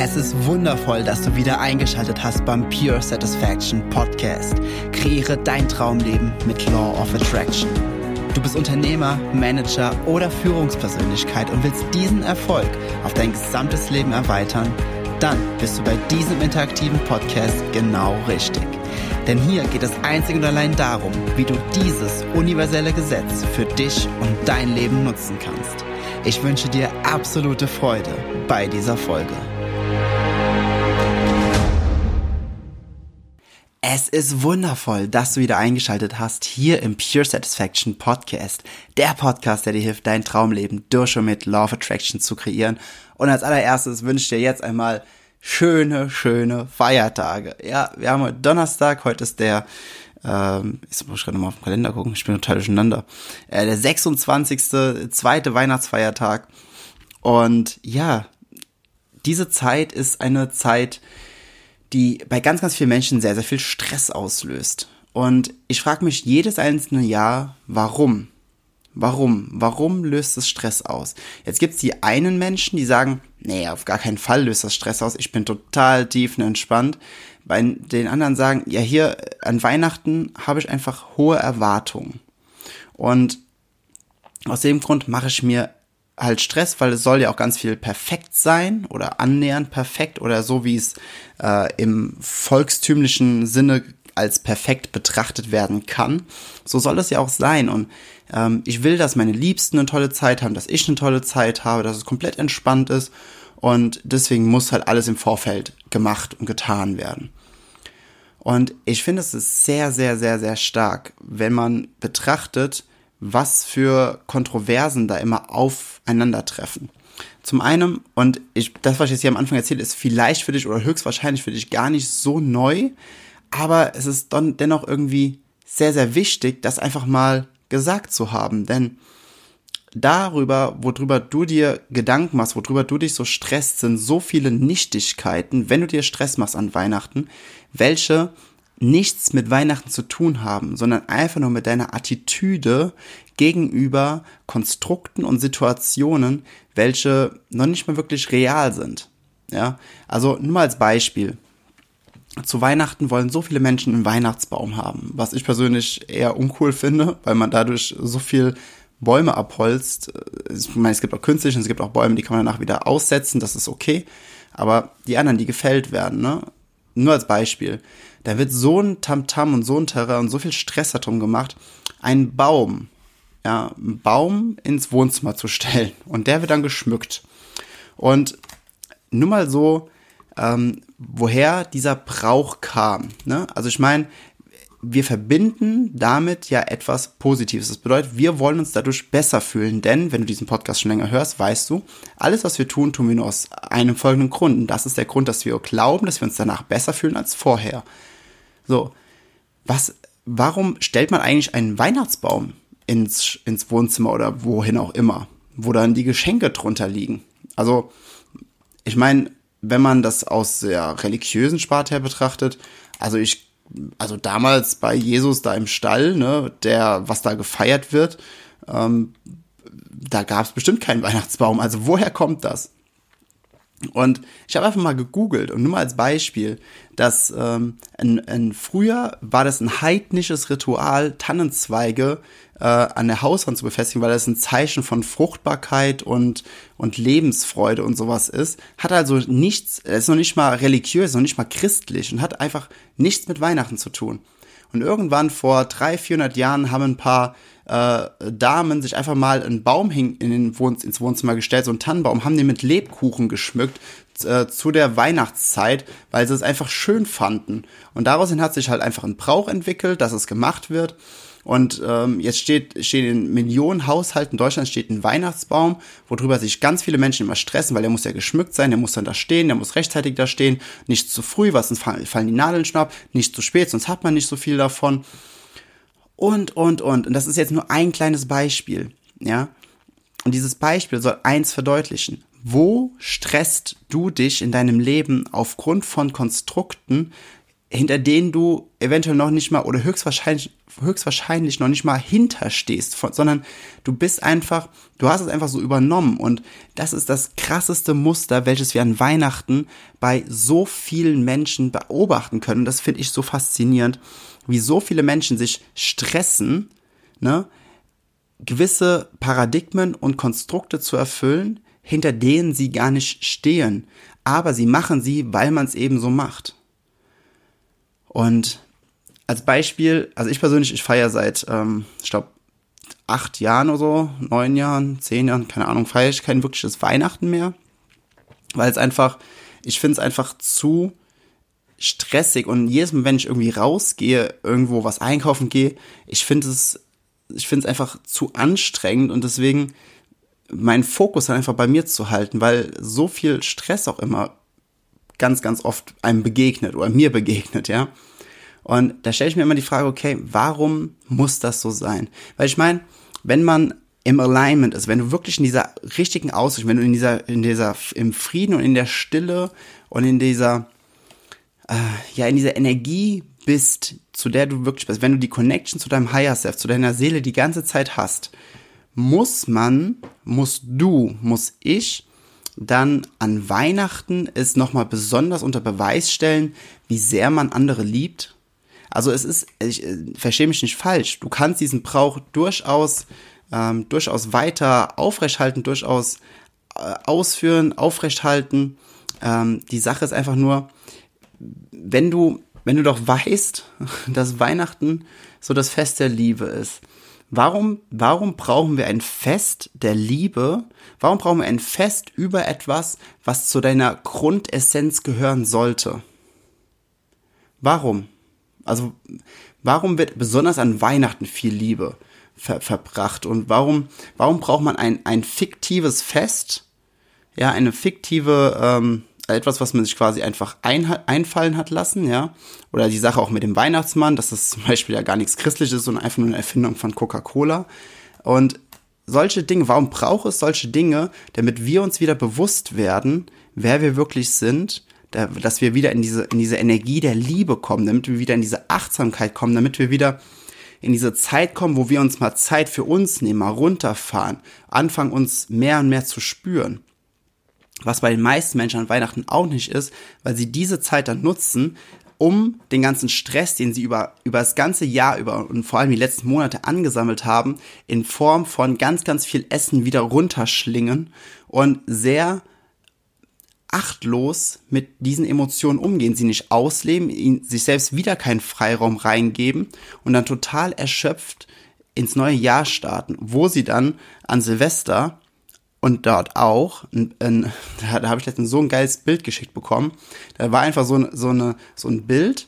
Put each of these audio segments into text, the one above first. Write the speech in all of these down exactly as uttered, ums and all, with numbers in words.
Es ist wundervoll, dass du wieder eingeschaltet hast beim Pure Satisfaction Podcast. Kreiere dein Traumleben mit Law of Attraction. Du bist Unternehmer, Manager oder Führungspersönlichkeit und willst diesen Erfolg auf dein gesamtes Leben erweitern? Dann bist du bei diesem interaktiven Podcast genau richtig. Denn hier geht es einzig und allein darum, wie du dieses universelle Gesetz für dich und dein Leben nutzen kannst. Ich wünsche dir absolute Freude bei dieser Folge. Es ist wundervoll, dass du wieder eingeschaltet hast hier im Pure Satisfaction Podcast. Der Podcast, der dir hilft, dein Traumleben durch und mit Law of Attraction zu kreieren. Und als allererstes wünsche ich dir jetzt einmal schöne, schöne Feiertage. Ja, wir haben heute Donnerstag, heute ist der, ähm, ich muss gerade mal auf den Kalender gucken, ich bin total durcheinander, äh, der sechsundzwanzigste, zweite Weihnachtsfeiertag. Und ja, diese Zeit ist eine Zeit, die bei ganz, ganz vielen Menschen sehr, sehr viel Stress auslöst. Und ich frage mich jedes einzelne Jahr, warum? Warum? Warum löst es Stress aus? Jetzt gibt es die einen Menschen, die sagen, nee, auf gar keinen Fall löst das Stress aus, ich bin total tiefenentspannt. Bei den anderen sagen, ja, hier an Weihnachten habe ich einfach hohe Erwartungen. Und aus dem Grund mache ich mir halt Stress, weil es soll ja auch ganz viel perfekt sein oder annähernd perfekt oder so, wie es äh, im volkstümlichen Sinne als perfekt betrachtet werden kann. So soll es ja auch sein. Und ähm, ich will, dass meine Liebsten eine tolle Zeit haben, dass ich eine tolle Zeit habe, dass es komplett entspannt ist. Und deswegen muss halt alles im Vorfeld gemacht und getan werden. Und ich finde, es ist sehr, sehr, sehr, sehr stark, wenn man betrachtet, was für Kontroversen da immer aufeinandertreffen. Zum einen, und ich, das, was ich jetzt hier am Anfang erzähle, ist vielleicht für dich oder höchstwahrscheinlich für dich gar nicht so neu, aber es ist dann dennoch irgendwie sehr, sehr wichtig, das einfach mal gesagt zu haben, denn darüber, worüber du dir Gedanken machst, worüber du dich so stresst, sind so viele Nichtigkeiten, wenn du dir Stress machst an Weihnachten, welche nichts mit Weihnachten zu tun haben, sondern einfach nur mit deiner Attitüde gegenüber Konstrukten und Situationen, welche noch nicht mal wirklich real sind. Ja, also nur mal als Beispiel. Zu Weihnachten wollen so viele Menschen einen Weihnachtsbaum haben, was ich persönlich eher uncool finde, weil man dadurch so viel Bäume abholzt. Ich meine, es gibt auch künstliche und es gibt auch Bäume, die kann man danach wieder aussetzen, das ist okay. Aber die anderen, die gefällt werden, ne? Nur als Beispiel. Da wird so ein Tamtam und so ein Terror und so viel Stress darum gemacht, einen Baum, ja, einen Baum ins Wohnzimmer zu stellen. Und der wird dann geschmückt. Und nur mal so, ähm, woher dieser Brauch kam, ne? Also ich meine, wir verbinden damit ja etwas Positives. Das bedeutet, wir wollen uns dadurch besser fühlen, denn wenn du diesen Podcast schon länger hörst, weißt du, alles, was wir tun, tun wir nur aus einem folgenden Grund. Und das ist der Grund, dass wir glauben, dass wir uns danach besser fühlen als vorher. So, was, warum stellt man eigentlich einen Weihnachtsbaum ins, ins Wohnzimmer oder wohin auch immer, wo dann die Geschenke drunter liegen? Also, ich meine, wenn man das aus der religiösen Sparte her betrachtet, also ich Also damals bei Jesus da im Stall, ne, der, was da gefeiert wird, ähm, da gab es bestimmt keinen Weihnachtsbaum. Also woher kommt das? Und ich habe einfach mal gegoogelt und nur mal als Beispiel, dass ähm, in, in früher war das ein heidnisches Ritual, Tannenzweige äh, an der Hauswand zu befestigen, weil das ein Zeichen von Fruchtbarkeit und und Lebensfreude und sowas ist. Hat also nichts, ist noch nicht mal religiös, noch nicht mal christlich und hat einfach nichts mit Weihnachten zu tun. Und irgendwann vor dreihundert, vierhundert Jahren haben ein paar äh, Damen sich einfach mal einen Baum hin, in den Wohn- ins Wohnzimmer gestellt, so einen Tannenbaum, haben den mit Lebkuchen geschmückt äh, zu der Weihnachtszeit, weil sie es einfach schön fanden. Und daraus hat sich halt einfach ein Brauch entwickelt, dass es gemacht wird. Und ähm, jetzt steht, steht in Millionen Haushalten in Deutschland steht ein Weihnachtsbaum, worüber sich ganz viele Menschen immer stressen, weil der muss ja geschmückt sein, der muss dann da stehen, der muss rechtzeitig da stehen, nicht zu früh, weil sonst fallen die Nadeln schon ab, nicht zu spät, sonst hat man nicht so viel davon. Und, und, und. Und das ist jetzt nur ein kleines Beispiel, ja. Und dieses Beispiel soll eins verdeutlichen. Wo stresst du dich in deinem Leben aufgrund von Konstrukten, hinter denen du eventuell noch nicht mal oder höchstwahrscheinlich, höchstwahrscheinlich noch nicht mal hinterstehst, sondern du bist einfach, du hast es einfach so übernommen und das ist das krasseste Muster, welches wir an Weihnachten bei so vielen Menschen beobachten können. Und das finde ich so faszinierend, wie so viele Menschen sich stressen, ne, gewisse Paradigmen und Konstrukte zu erfüllen, hinter denen sie gar nicht stehen, aber sie machen sie, weil man es eben so macht. Und als Beispiel, also ich persönlich, ich feiere seit, ähm, ich glaube, acht Jahren oder so, neun Jahren, zehn Jahren, keine Ahnung, feiere ich kein wirkliches Weihnachten mehr, weil es einfach, ich finde es einfach zu stressig und jedes Mal, wenn ich irgendwie rausgehe, irgendwo was einkaufen gehe, ich finde es, ich finde es einfach zu anstrengend und deswegen meinen Fokus dann einfach bei mir zu halten, weil so viel Stress auch immer ganz, ganz oft einem begegnet oder mir begegnet, ja. Und da stelle ich mir immer die Frage, okay, warum muss das so sein? Weil ich meine, wenn man im Alignment ist, wenn du wirklich in dieser richtigen Aussicht, wenn du in dieser, in dieser, im Frieden und in der Stille und in dieser, äh, ja, in dieser Energie bist, zu der du wirklich bist, wenn du die Connection zu deinem Higher Self, zu deiner Seele die ganze Zeit hast, muss man, musst du, muss ich dann an Weihnachten es nochmal besonders unter Beweis stellen, wie sehr man andere liebt. Also es ist, ich äh, verstehe mich nicht falsch, du kannst diesen Brauch durchaus, ähm, durchaus weiter aufrechthalten, durchaus äh, ausführen, aufrechthalten. Ähm, die Sache ist einfach nur, wenn du, wenn du doch weißt, dass Weihnachten so das Fest der Liebe ist, Warum, warum brauchen wir ein Fest der Liebe? Warum brauchen wir ein Fest über etwas, was zu deiner Grundessenz gehören sollte? Warum? Also, warum wird besonders an Weihnachten viel Liebe ver- verbracht? Und warum, warum braucht man ein, ein fiktives Fest? Ja, eine fiktive, ähm, etwas, was man sich quasi einfach ein, einfallen hat lassen, ja, oder die Sache auch mit dem Weihnachtsmann, dass das zum Beispiel ja gar nichts Christliches ist, sondern einfach nur eine Erfindung von Coca-Cola. Und solche Dinge, warum braucht es solche Dinge, damit wir uns wieder bewusst werden, wer wir wirklich sind, dass wir wieder in diese, in diese Energie der Liebe kommen, damit wir wieder in diese Achtsamkeit kommen, damit wir wieder in diese Zeit kommen, wo wir uns mal Zeit für uns nehmen, mal runterfahren, anfangen uns mehr und mehr zu spüren. Was bei den meisten Menschen an Weihnachten auch nicht ist, weil sie diese Zeit dann nutzen, um den ganzen Stress, den sie über, über das ganze Jahr über und vor allem die letzten Monate angesammelt haben, in Form von ganz, ganz viel Essen wieder runterschlingen und sehr achtlos mit diesen Emotionen umgehen, sie nicht ausleben, ihnen, sich selbst wieder keinen Freiraum reingeben und dann total erschöpft ins neue Jahr starten, wo sie dann an Silvester und dort auch, ein, ein, da, da habe ich letztens so ein geiles Bild geschickt bekommen. Da war einfach so, ein, so, eine, so ein Bild,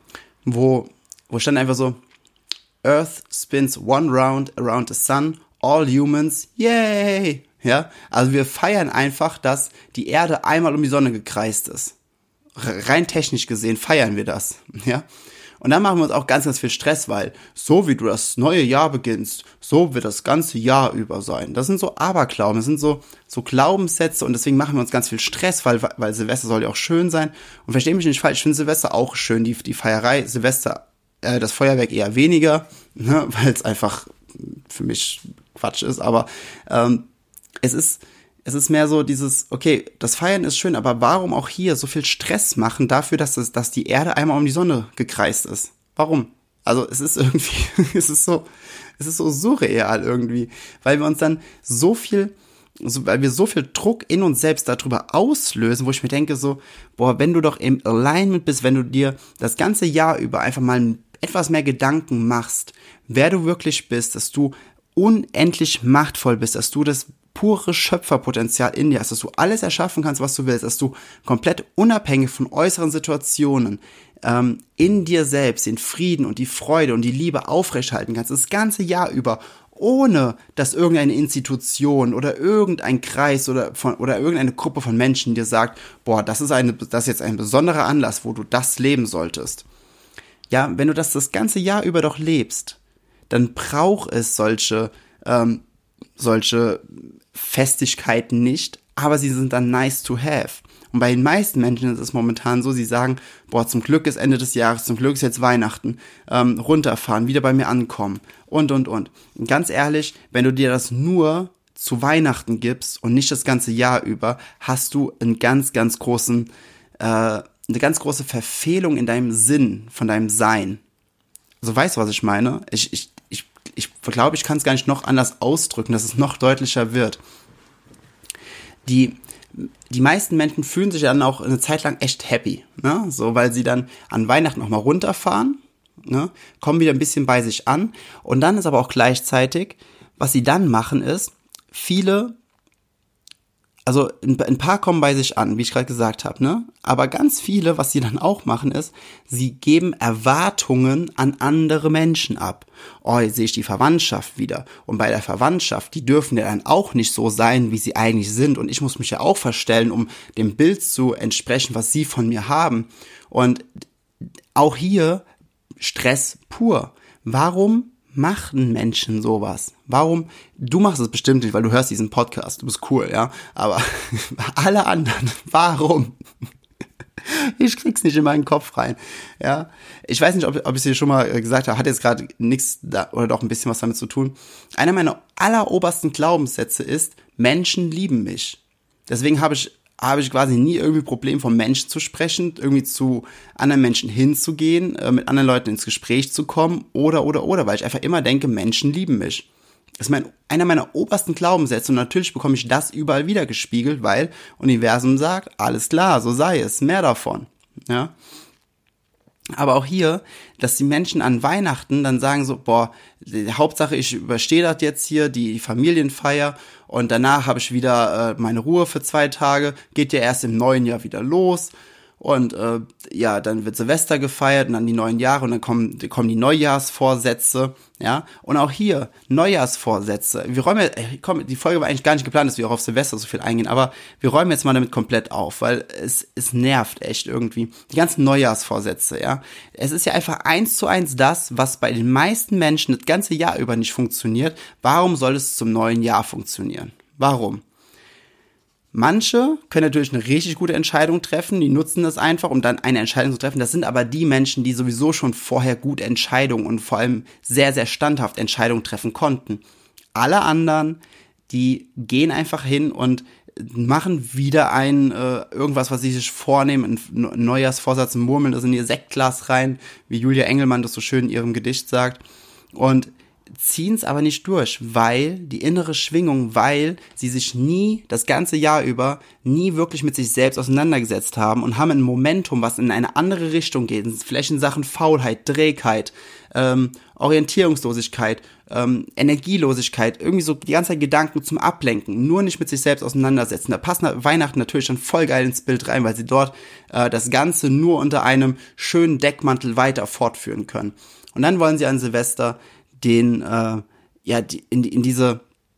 wo, wo stand einfach so, Earth spins one round around the sun, all humans, yay! Ja, also wir feiern einfach, dass die Erde einmal um die Sonne gekreist ist. Rein technisch gesehen feiern wir das, ja. Und dann machen wir uns auch ganz, ganz viel Stress, weil so wie du das neue Jahr beginnst, so wird das ganze Jahr über sein. Das sind so Aberglauben, das sind so, so Glaubenssätze und deswegen machen wir uns ganz viel Stress, weil, weil Silvester soll ja auch schön sein. Und versteh mich nicht falsch, ich finde Silvester auch schön, die, die Feierei, Silvester, äh, das Feuerwerk eher weniger, ne, weil es einfach für mich Quatsch ist, aber ähm, es ist, es ist mehr so dieses, okay, das Feiern ist schön, aber warum auch hier so viel Stress machen dafür, dass es, dass die Erde einmal um die Sonne gekreist ist? Warum? Also es ist irgendwie, es ist so, es ist so surreal irgendwie, weil wir uns dann so viel, so, weil wir so viel Druck in uns selbst darüber auslösen, wo ich mir denke so, boah, wenn du doch im Alignment bist, wenn du dir das ganze Jahr über einfach mal etwas mehr Gedanken machst, wer du wirklich bist, dass du unendlich machtvoll bist, dass du das pure Schöpferpotenzial in dir hast, dass du alles erschaffen kannst, was du willst, dass du komplett unabhängig von äußeren Situationen ähm, in dir selbst den Frieden und die Freude und die Liebe aufrechthalten kannst, das ganze Jahr über, ohne dass irgendeine Institution oder irgendein Kreis oder von oder irgendeine Gruppe von Menschen dir sagt, boah, das ist eine, das ist jetzt ein besonderer Anlass, wo du das leben solltest. Ja, wenn du das das ganze Jahr über doch lebst, dann braucht es solche ähm, solche Festigkeiten nicht, aber sie sind dann nice to have. Und bei den meisten Menschen ist es momentan so, sie sagen, boah, zum Glück ist Ende des Jahres, zum Glück ist jetzt Weihnachten, ähm, runterfahren, wieder bei mir ankommen und, und, und. Und ganz ehrlich, wenn du dir das nur zu Weihnachten gibst und nicht das ganze Jahr über, hast du einen ganz, ganz großen, äh, eine ganz große Verfehlung in deinem Sinn, von deinem Sein. Also weißt du, was ich meine? Ich, ich, ich, ich glaube, ich kann es gar nicht noch anders ausdrücken, dass es noch deutlicher wird. Die, die meisten Menschen fühlen sich dann auch eine Zeit lang echt happy, ne? So, weil sie dann an Weihnachten noch mal runterfahren, ne? Kommen wieder ein bisschen bei sich an und dann ist aber auch gleichzeitig, was sie dann machen ist, viele, also ein paar kommen bei sich an, wie ich gerade gesagt habe, ne? Aber ganz viele, was sie dann auch machen, ist, sie geben Erwartungen an andere Menschen ab. Oh, jetzt sehe ich die Verwandtschaft wieder. Und bei der Verwandtschaft, die dürfen ja dann auch nicht so sein, wie sie eigentlich sind. Und ich muss mich ja auch verstellen, um dem Bild zu entsprechen, was sie von mir haben. Und auch hier Stress pur. Warum machen Menschen sowas? Warum? Du machst es bestimmt nicht, weil du hörst diesen Podcast, du bist cool, ja, aber alle anderen, warum? Ich krieg's nicht in meinen Kopf rein, ja. Ich weiß nicht, ob, ob ich es dir schon mal gesagt habe, hat jetzt gerade nichts da, oder doch ein bisschen was damit zu tun. Einer meiner allerobersten Glaubenssätze ist, Menschen lieben mich. Deswegen habe ich habe ich quasi nie irgendwie Problem, vom Menschen zu sprechen, irgendwie zu anderen Menschen hinzugehen, äh, mit anderen Leuten ins Gespräch zu kommen oder, oder, oder, weil ich einfach immer denke, Menschen lieben mich. Das ist mein, einer meiner obersten Glaubenssätze und natürlich bekomme ich das überall wieder gespiegelt, weil Universum sagt, alles klar, so sei es, mehr davon, ja. Aber auch hier, dass die Menschen an Weihnachten dann sagen so, boah, die Hauptsache ich überstehe das jetzt hier, die Familienfeier und danach habe ich wieder äh, meine Ruhe für zwei Tage, geht ja erst im neuen Jahr wieder los und äh, ja, dann wird Silvester gefeiert und dann die neuen Jahre und dann kommen, kommen die Neujahrsvorsätze, ja, und auch hier Neujahrsvorsätze. Wir räumen, komm, die Folge war eigentlich gar nicht geplant, dass wir auch auf Silvester so viel eingehen, aber wir räumen jetzt mal damit komplett auf, weil es, es nervt echt irgendwie. Die ganzen Neujahrsvorsätze, ja. Es ist ja einfach eins zu eins das, was bei den meisten Menschen das ganze Jahr über nicht funktioniert. Warum soll es zum neuen Jahr funktionieren? Warum? Manche können natürlich eine richtig gute Entscheidung treffen, die nutzen das einfach, um dann eine Entscheidung zu treffen. Das sind aber die Menschen, die sowieso schon vorher gut Entscheidungen und vor allem sehr, sehr standhaft Entscheidungen treffen konnten. Alle anderen, die gehen einfach hin und machen wieder ein äh, irgendwas, was sie sich vornehmen, ein Neujahrsvorsatz, murmeln das in ihr Sektglas rein, wie Julia Engelmann das so schön in ihrem Gedicht sagt. Und ziehen es aber nicht durch, weil die innere Schwingung, weil sie sich nie, das ganze Jahr über, nie wirklich mit sich selbst auseinandergesetzt haben und haben ein Momentum, was in eine andere Richtung geht, vielleicht in Sachen Faulheit, Trägheit, ähm, Orientierungslosigkeit, ähm, Energielosigkeit, irgendwie so die ganze Zeit Gedanken zum Ablenken, nur nicht mit sich selbst auseinandersetzen. Da passt Weihnachten natürlich schon voll geil ins Bild rein, weil sie dort äh, das Ganze nur unter einem schönen Deckmantel weiter fortführen können. Und dann wollen sie an Silvester den, äh, ja, die, in, in diese,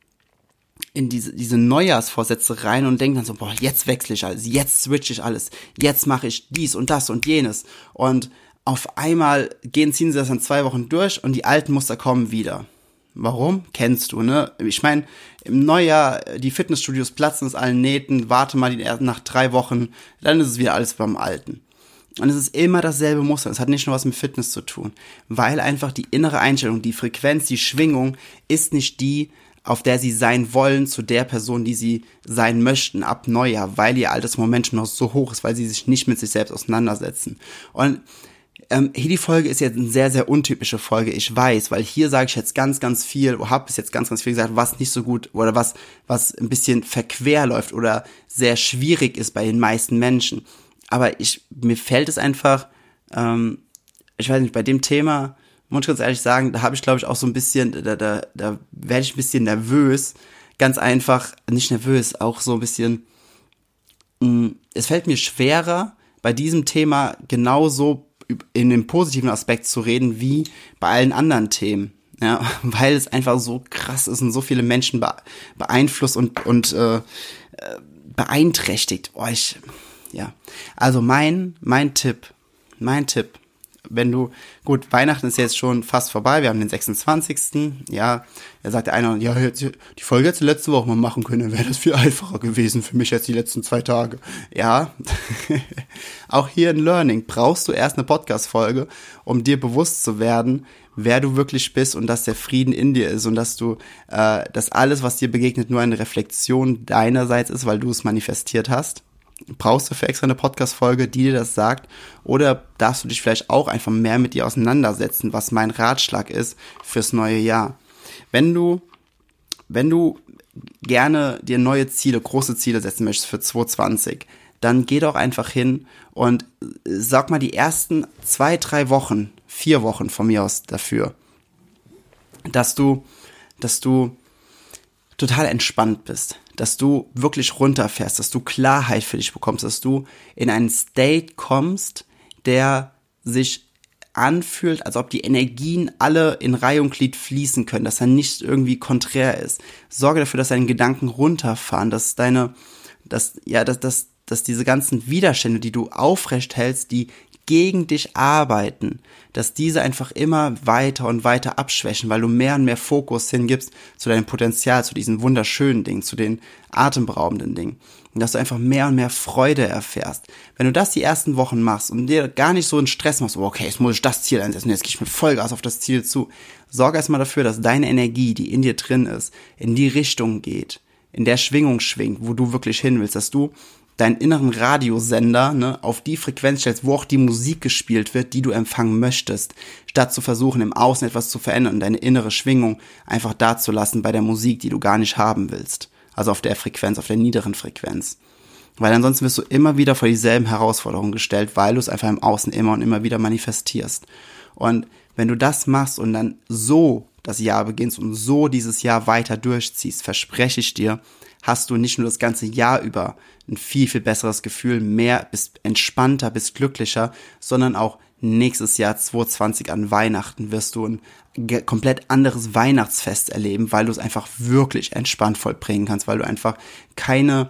in diese, diese Neujahrsvorsätze rein und denken dann so, boah, jetzt wechsle ich alles, jetzt switch ich alles, jetzt mache ich dies und das und jenes. Und auf einmal gehen, ziehen sie das dann zwei Wochen durch und die alten Muster kommen wieder. Warum? Kennst du, ne? Ich meine, im Neujahr, die Fitnessstudios platzen aus allen Nähten, warte mal die, nach drei Wochen, dann ist es wieder alles beim Alten. Und es ist immer dasselbe Muster. Es hat nicht nur was mit Fitness zu tun, weil einfach die innere Einstellung, die Frequenz, die Schwingung ist nicht die, auf der sie sein wollen, zu der Person, die sie sein möchten ab Neujahr, weil ihr altes Momentum noch so hoch ist, weil sie sich nicht mit sich selbst auseinandersetzen. Und ähm, hier die Folge ist jetzt eine sehr, sehr untypische Folge, ich weiß, weil hier sage ich jetzt ganz, ganz viel, oder habe bis jetzt ganz, ganz viel gesagt, was nicht so gut oder was, was ein bisschen verquer läuft oder sehr schwierig ist bei den meisten Menschen. Aber ich, mir fällt es einfach, ähm, ich weiß nicht, bei dem Thema, muss ich ganz ehrlich sagen, da habe ich, glaube ich, auch so ein bisschen, da, da, da werde ich ein bisschen nervös, ganz einfach, nicht nervös, auch so ein bisschen, mh, es fällt mir schwerer, bei diesem Thema genauso in dem positiven Aspekt zu reden, wie bei allen anderen Themen, ja, weil es einfach so krass ist und so viele Menschen beeinflusst und, und äh, beeinträchtigt. Oh, ich... Ja, also mein, mein Tipp, mein Tipp wenn du, gut, Weihnachten ist jetzt schon fast vorbei, wir haben den sechsundzwanzigsten Ja, da sagt der eine, ja, jetzt, die Folge jetzt letzte Woche mal machen können, dann wäre das viel einfacher gewesen für mich jetzt die letzten zwei Tage. Ja, auch hier in Learning brauchst du erst eine Podcast-Folge, um dir bewusst zu werden, wer du wirklich bist und dass der Frieden in dir ist und dass du, äh, dass alles, was dir begegnet, nur eine Reflexion deinerseits ist, weil du es manifestiert hast. Brauchst du für extra eine Podcast-Folge, die dir das sagt? Oder darfst du dich vielleicht auch einfach mehr mit dir auseinandersetzen, was mein Ratschlag ist fürs neue Jahr? Wenn du, wenn du gerne dir neue Ziele, große Ziele setzen möchtest für zwanzig zwanzig, dann geh doch einfach hin und sag mal die ersten zwei, drei Wochen, vier Wochen von mir aus dafür, dass du, dass du total entspannt bist, dass du wirklich runterfährst, dass du Klarheit für dich bekommst, dass du in einen State kommst, der sich anfühlt, als ob die Energien alle in Reihe und Glied fließen können, dass er nicht irgendwie konträr ist. Sorge dafür, dass deine Gedanken runterfahren, dass deine, dass, ja, dass, dass, dass diese ganzen Widerstände, die du aufrecht hältst, die gegen dich arbeiten, dass diese einfach immer weiter und weiter abschwächen, weil du mehr und mehr Fokus hingibst zu deinem Potenzial, zu diesen wunderschönen Dingen, zu den atemberaubenden Dingen. Und dass du einfach mehr und mehr Freude erfährst. Wenn du das die ersten Wochen machst und dir gar nicht so einen Stress machst, oh, okay, jetzt muss ich das Ziel einsetzen, jetzt gehe ich mit Vollgas auf das Ziel zu. Sorge erstmal dafür, dass deine Energie, die in dir drin ist, in die Richtung geht, in der Schwingung schwingt, wo du wirklich hin willst, dass du deinen inneren Radiosender, ne, auf die Frequenz stellst, wo auch die Musik gespielt wird, die du empfangen möchtest, statt zu versuchen, im Außen etwas zu verändern und deine innere Schwingung einfach dazulassen bei der Musik, die du gar nicht haben willst. Also auf der Frequenz, auf der niederen Frequenz. Weil ansonsten wirst du immer wieder vor dieselben Herausforderungen gestellt, weil du es einfach im Außen immer und immer wieder manifestierst. Und wenn du das machst und dann so das Jahr beginnst und so dieses Jahr weiter durchziehst, verspreche ich dir, hast du nicht nur das ganze Jahr über ein viel, viel besseres Gefühl, mehr, bist entspannter, bist glücklicher, sondern auch nächstes Jahr zwanzig zwanzig an Weihnachten wirst du ein komplett anderes Weihnachtsfest erleben, weil du es einfach wirklich entspannt vollbringen kannst, weil du einfach keine,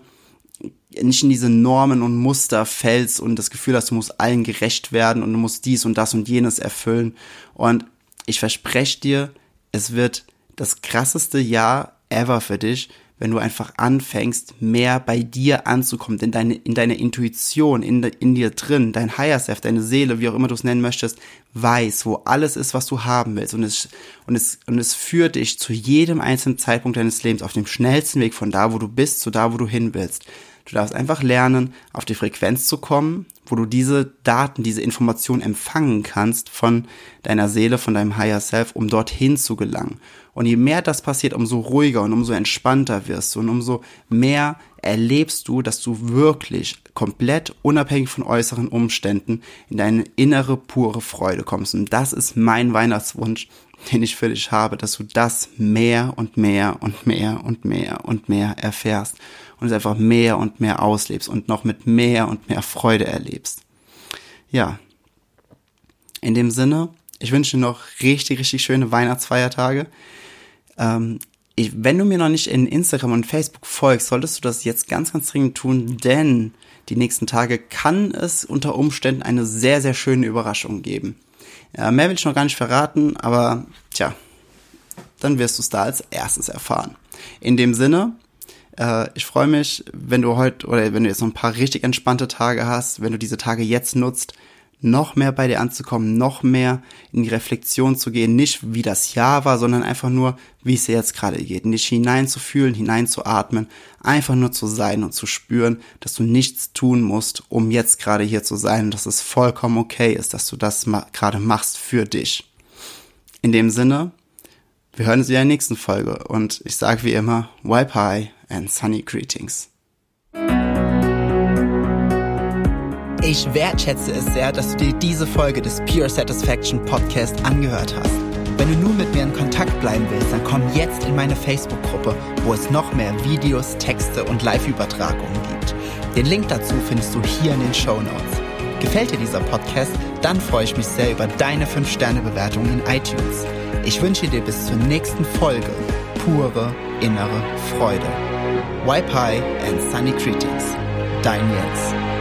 nicht in diese Normen und Muster fällst und das Gefühl hast, du musst allen gerecht werden und du musst dies und das und jenes erfüllen. Und ich verspreche dir, es wird das krasseste Jahr ever für dich, wenn du einfach anfängst, mehr bei dir anzukommen, in deine, in deine Intuition, in, de, in dir drin, dein Higher Self, deine Seele, wie auch immer du es nennen möchtest, weiß, wo alles ist, was du haben willst. Und es, und es, und es führt dich zu jedem einzelnen Zeitpunkt deines Lebens auf dem schnellsten Weg von da, wo du bist, zu da, wo du hin willst. Du darfst einfach lernen, auf die Frequenz zu kommen, wo du diese Daten, diese Informationen empfangen kannst von deiner Seele, von deinem Higher Self, um dorthin zu gelangen. Und je mehr das passiert, umso ruhiger und umso entspannter wirst du und umso mehr erlebst du, dass du wirklich komplett unabhängig von äußeren Umständen in deine innere, pure Freude kommst. Und das ist mein Weihnachtswunsch, den ich für dich habe, dass du das mehr und mehr und mehr und mehr und mehr erfährst und es einfach mehr und mehr auslebst und noch mit mehr und mehr Freude erlebst. Ja, in dem Sinne, ich wünsche dir noch richtig, richtig schöne Weihnachtsfeiertage. Ähm, ich, wenn du mir noch nicht in Instagram und Facebook folgst, solltest du das jetzt ganz, ganz dringend tun, denn die nächsten Tage kann es unter Umständen eine sehr, sehr schöne Überraschung geben. Ja, mehr will ich noch gar nicht verraten, aber tja, dann wirst du es da als erstes erfahren. In dem Sinne, äh, ich freue mich, wenn du heute oder wenn du jetzt noch ein paar richtig entspannte Tage hast, wenn du diese Tage jetzt nutzt, noch mehr bei dir anzukommen, noch mehr in die Reflexion zu gehen, nicht wie das Jahr war, sondern einfach nur, wie es dir jetzt gerade geht, nicht hineinzufühlen, hineinzuatmen, einfach nur zu sein und zu spüren, dass du nichts tun musst, um jetzt gerade hier zu sein und dass es vollkommen okay ist, dass du das ma- gerade machst für dich. In dem Sinne, wir hören uns in der nächsten Folge und ich sage wie immer, wipe high and sunny greetings. Ich wertschätze es sehr, dass du dir diese Folge des Pure Satisfaction Podcast angehört hast. Wenn du nun mit mir in Kontakt bleiben willst, dann komm jetzt in meine Facebook-Gruppe, wo es noch mehr Videos, Texte und Live-Übertragungen gibt. Den Link dazu findest du hier in den Shownotes. Gefällt dir dieser Podcast? Dann freue ich mich sehr über deine fünf Sterne Bewertung in iTunes. Ich wünsche dir bis zur nächsten Folge pure innere Freude. Wipe high and sunny greetings. Dein Jens.